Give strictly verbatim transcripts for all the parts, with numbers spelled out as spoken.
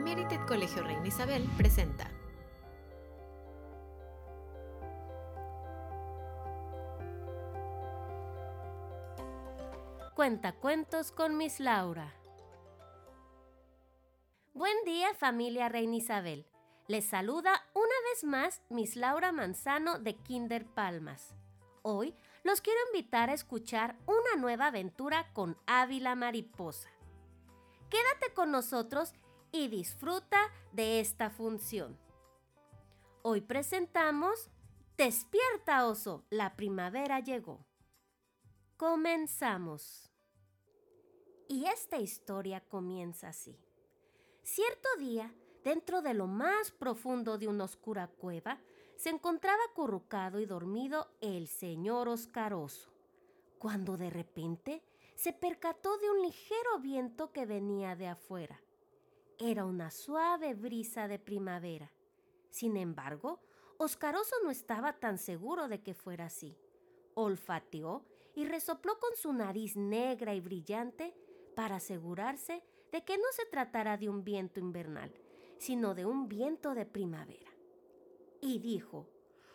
Merited Colegio Reina Isabel presenta Cuentacuentos con Miss Laura. Buen día, familia Reina Isabel. Les saluda una vez más Miss Laura Manzano de Kinder Palmas. Hoy los quiero invitar a escuchar una nueva aventura con Abby la mariposa. Quédate con nosotros y disfruta de esta función. Hoy presentamos Despierta, oso, la primavera llegó. Comenzamos. Y esta historia comienza así. Cierto día, dentro de lo más profundo de una oscura cueva, se encontraba acurrucado y dormido el señor Oscaroso, cuando de repente se percató de un ligero viento que venía de afuera. Era una suave brisa de primavera. Sin embargo, Oscaroso no estaba tan seguro de que fuera así. Olfateó y resopló con su nariz negra y brillante para asegurarse de que no se tratara de un viento invernal, sino de un viento de primavera. Y dijo: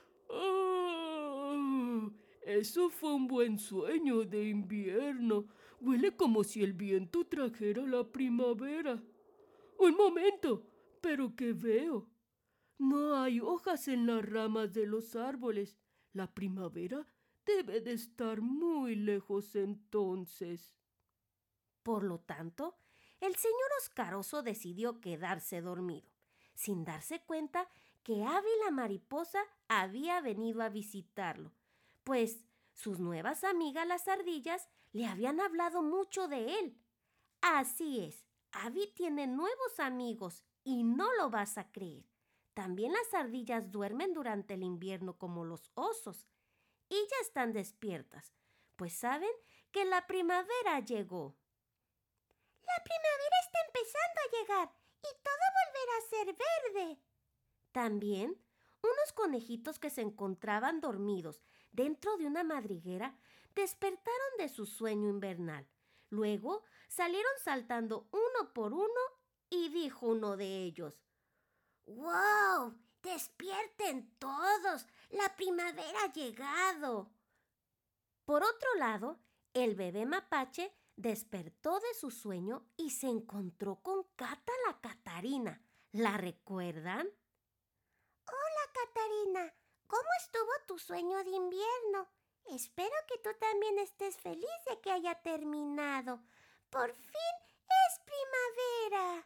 ¡Ah! Eso fue un buen sueño de invierno. Huele como si el viento trajera la primavera. Un momento, ¿pero qué veo? No hay hojas en las ramas de los árboles. La primavera debe de estar muy lejos entonces. Por lo tanto, el señor Oscaroso decidió quedarse dormido, sin darse cuenta que Abby la mariposa había venido a visitarlo, pues sus nuevas amigas las ardillas le habían hablado mucho de él. Así es, Abby tiene nuevos amigos y no lo vas a creer. También las ardillas duermen durante el invierno como los osos y ya están despiertas, pues saben que la primavera llegó. La primavera está empezando a llegar y todo volverá a ser verde. También, unos conejitos que se encontraban dormidos dentro de una madriguera despertaron de su sueño invernal. Luego salieron saltando uno por uno y dijo uno de ellos: ¡Wow! ¡Despierten todos! ¡La primavera ha llegado! Por otro lado, el bebé mapache despertó de su sueño y se encontró con Cata la Catarina. ¿La recuerdan? Hola, Catarina. ¿Cómo estuvo tu sueño de invierno? Espero que tú también estés feliz de que haya terminado. ¡Por fin es primavera!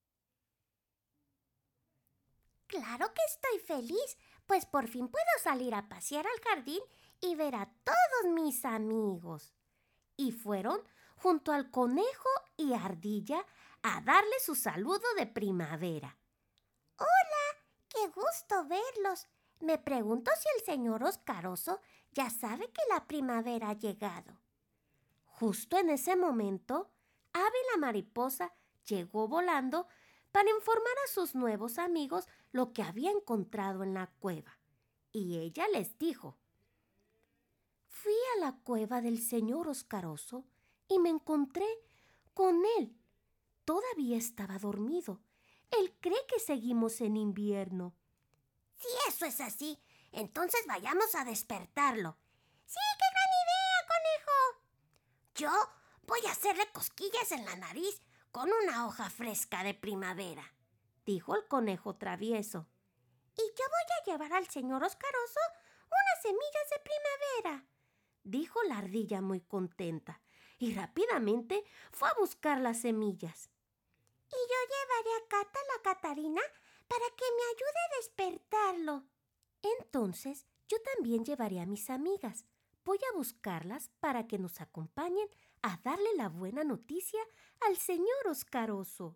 Claro que estoy feliz, pues por fin puedo salir a pasear al jardín y ver a todos mis amigos. Y fueron junto al conejo y ardilla a darle su saludo de primavera. ¡Hola! ¡Qué gusto verlos! Me pregunto si el señor Oscaroso ya sabe que la primavera ha llegado. Justo en ese momento, Abby la mariposa llegó volando para informar a sus nuevos amigos lo que había encontrado en la cueva. Y ella les dijo: Fui a la cueva del señor Oscaroso y me encontré con él. Todavía estaba dormido. Él cree que seguimos en invierno. Si eso es así, entonces vayamos a despertarlo. ¡Sí, qué gran idea, conejo! Yo voy a hacerle cosquillas en la nariz con una hoja fresca de primavera, dijo el conejo travieso. Y yo voy a llevar al señor Oscaroso unas semillas de primavera, dijo la ardilla muy contenta, y rápidamente fue a buscar las semillas. Y yo llevaré a Cata la Catarina para que me ayude a despertarlo. Entonces, yo también llevaré a mis amigas. Voy a buscarlas para que nos acompañen a darle la buena noticia al señor Oscaroso.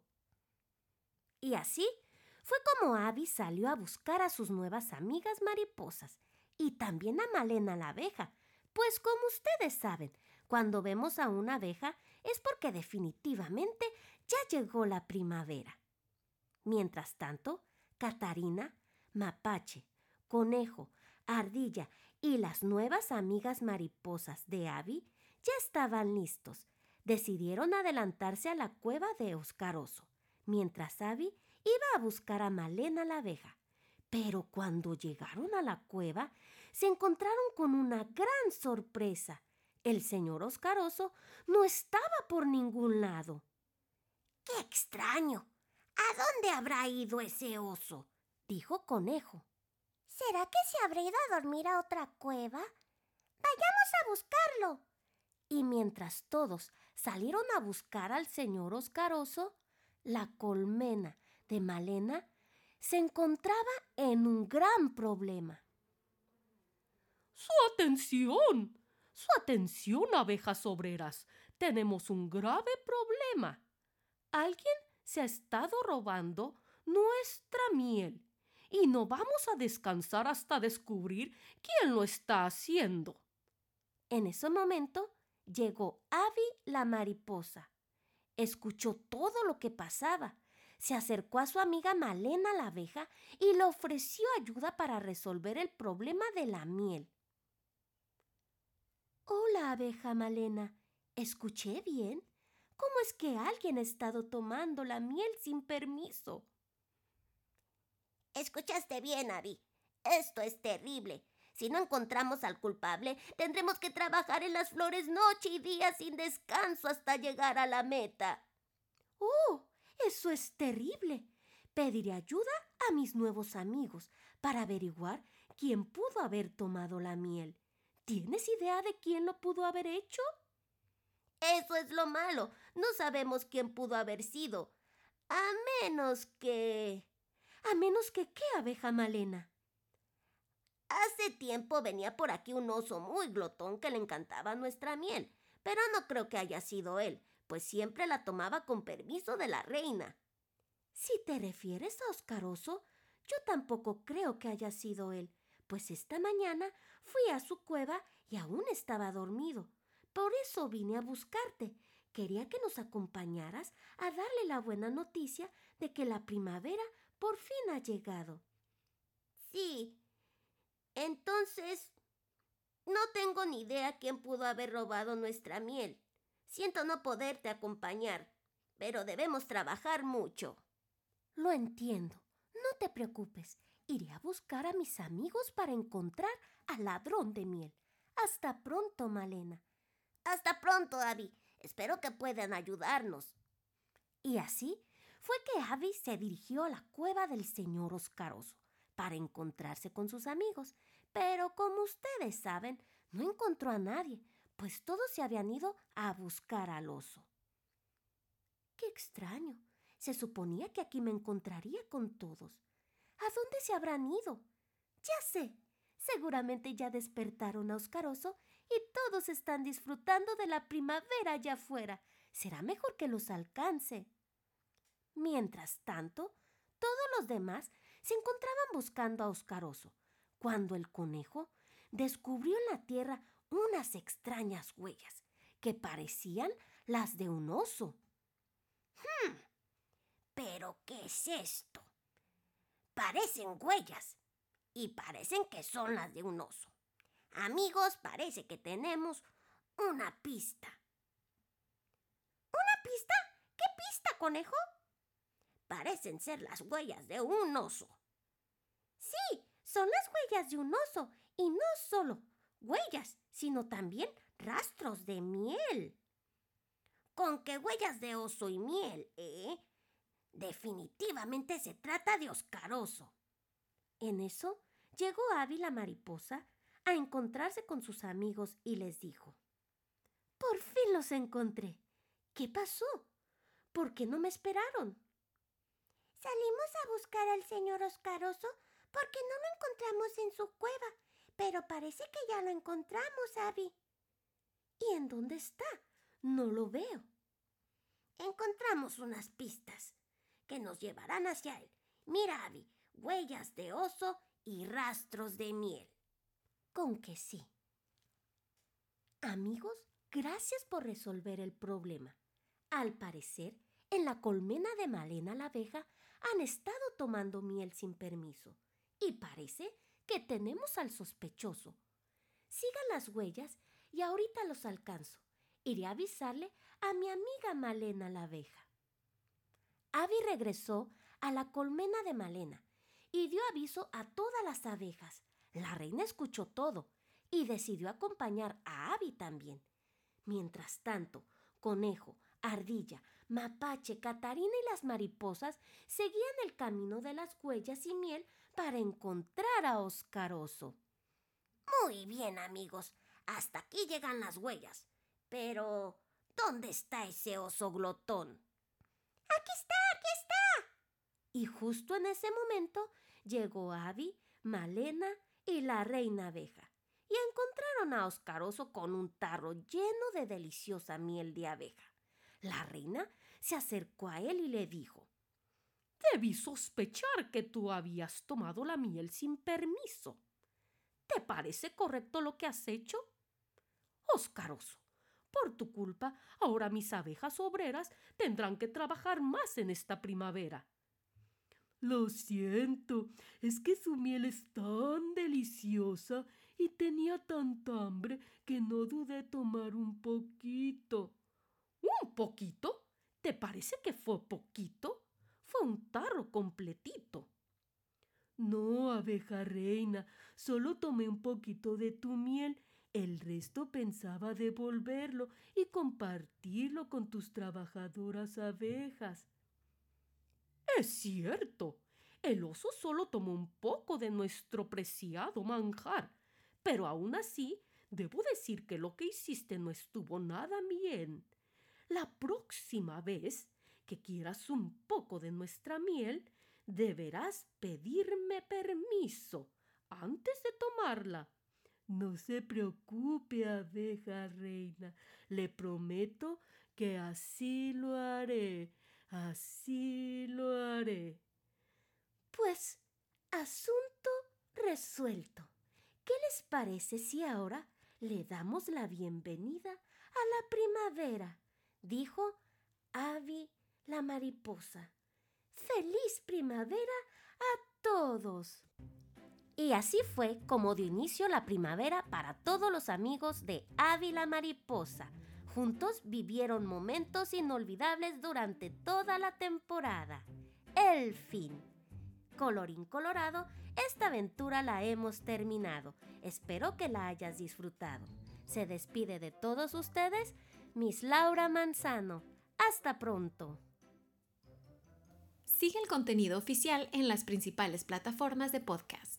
Y así fue como Abby salió a buscar a sus nuevas amigas mariposas y también a Malena la abeja, pues como ustedes saben, cuando vemos a una abeja es porque definitivamente ya llegó la primavera. Mientras tanto, Catarina, mapache, conejo, ardilla y las nuevas amigas mariposas de Abby ya estaban listos. Decidieron adelantarse a la cueva de Oscaroso, mientras Abby iba a buscar a Malena la abeja. Pero cuando llegaron a la cueva, se encontraron con una gran sorpresa. El señor Oscaroso no estaba por ningún lado. ¡Qué extraño! ¿A dónde habrá ido ese oso?, dijo Conejo. ¿Será que se habrá ido a dormir a otra cueva? ¡Vayamos a buscarlo! Y mientras todos salieron a buscar al señor Oscaroso, la colmena de Malena se encontraba en un gran problema. ¡Su atención! ¡Su atención, abejas obreras! Tenemos un grave problema. Alguien se ha estado robando nuestra miel y no vamos a descansar hasta descubrir quién lo está haciendo. En ese momento llegó Abby la mariposa. Escuchó todo lo que pasaba. Se acercó a su amiga Malena la abeja y le ofreció ayuda para resolver el problema de la miel. Hola, abeja Malena. ¿Escuché bien? ¿Cómo es que alguien ha estado tomando la miel sin permiso? Escuchaste bien, Abby. Esto es terrible. Si no encontramos al culpable, tendremos que trabajar en las flores noche y día sin descanso hasta llegar a la meta. ¡Oh! Eso es terrible. Pediré ayuda a mis nuevos amigos para averiguar quién pudo haber tomado la miel. ¿Tienes idea de quién lo pudo haber hecho? Eso es lo malo. No sabemos quién pudo haber sido. A menos que... ¿A menos que qué, abeja Malena? Hace tiempo venía por aquí un oso muy glotón que le encantaba nuestra miel, pero no creo que haya sido él, pues siempre la tomaba con permiso de la reina. Si te refieres a Oscaroso, yo tampoco creo que haya sido él, pues esta mañana fui a su cueva y aún estaba dormido. Por eso vine a buscarte. Quería que nos acompañaras a darle la buena noticia de que la primavera por fin ha llegado. Sí. Entonces, no tengo ni idea quién pudo haber robado nuestra miel. Siento no poderte acompañar, pero debemos trabajar mucho. Lo entiendo. No te preocupes. Iré a buscar a mis amigos para encontrar al ladrón de miel. Hasta pronto, Malena. Hasta pronto, Abby. Espero que puedan ayudarnos. Y así fue que Abby se dirigió a la cueva del señor Oscaroso para encontrarse con sus amigos. Pero como ustedes saben, no encontró a nadie, pues todos se habían ido a buscar al oso. ¡Qué extraño! Se suponía que aquí me encontraría con todos. ¿A dónde se habrán ido? Ya sé. Seguramente ya despertaron a Oscaroso y todos están disfrutando de la primavera allá afuera. Será mejor que los alcance. Mientras tanto, todos los demás se encontraban buscando a Oscaroso, cuando el conejo descubrió en la tierra unas extrañas huellas que parecían las de un oso. Hmm, ¿pero qué es esto? Parecen huellas y parecen que son las de un oso. Amigos, parece que tenemos una pista. ¿Una pista? ¿Qué pista, conejo? Parecen ser las huellas de un oso. Sí, son las huellas de un oso, y no solo huellas, sino también rastros de miel. ¿Con qué huellas de oso y miel, eh? Definitivamente se trata de Oscaroso. En eso llegó Abby la mariposa a encontrarse con sus amigos y les dijo: «Por fin los encontré. ¿Qué pasó? ¿Por qué no me esperaron?» Salimos a buscar al señor Oscaroso porque no lo encontramos en su cueva, pero parece que ya lo encontramos, Abby. ¿Y en dónde está? No lo veo. Encontramos unas pistas que nos llevarán hacia él. Mira, Abby, huellas de oso y rastros de miel. Con que sí. Amigos, gracias por resolver el problema. Al parecer, en la colmena de Malena la abeja han estado tomando miel sin permiso y parece que tenemos al sospechoso. Sigan las huellas y ahorita los alcanzo. Iré a avisarle a mi amiga Malena la abeja. Abby regresó a la colmena de Malena y dio aviso a todas las abejas. La reina escuchó todo y decidió acompañar a Abby también. Mientras tanto, Conejo, Ardilla, Mapache, Catarina y las mariposas seguían el camino de las huellas y miel para encontrar a Oscaroso. Muy bien, amigos. Hasta aquí llegan las huellas. Pero, ¿dónde está ese oso glotón? ¡Aquí está! ¡Aquí está! Y justo en ese momento llegó Abby, Malena y la reina abeja. Y encontraron a Oscaroso con un tarro lleno de deliciosa miel de abeja. La reina se acercó a él y le dijo: Debí sospechar que tú habías tomado la miel sin permiso. ¿Te parece correcto lo que has hecho? Oscaroso, por tu culpa, ahora mis abejas obreras tendrán que trabajar más en esta primavera. Lo siento, es que su miel es tan deliciosa y tenía tanta hambre que no dudé tomar un poquito. ¿Un poquito? ¿Te parece que fue poquito? Fue un tarro completito. No, abeja reina, solo tomé un poquito de tu miel. El resto pensaba devolverlo y compartirlo con tus trabajadoras abejas. Es cierto, el oso solo tomó un poco de nuestro preciado manjar, pero aún así debo decir que lo que hiciste no estuvo nada bien. La próxima vez que quieras un poco de nuestra miel, deberás pedirme permiso antes de tomarla. No se preocupe, abeja reina, le prometo que así lo haré, así lo haré. Pues, asunto resuelto. ¿Qué les parece si ahora le damos la bienvenida a la primavera? Dijo Abby la mariposa. ¡Feliz primavera a todos! Y así fue como dio inicio la primavera para todos los amigos de Abby la mariposa. Juntos vivieron momentos inolvidables durante toda la temporada. El fin. Colorín colorado, esta aventura la hemos terminado. Espero que la hayas disfrutado. Se despide de todos ustedes, Miss Laura Manzano. Hasta pronto. Sigue el contenido oficial en las principales plataformas de podcast.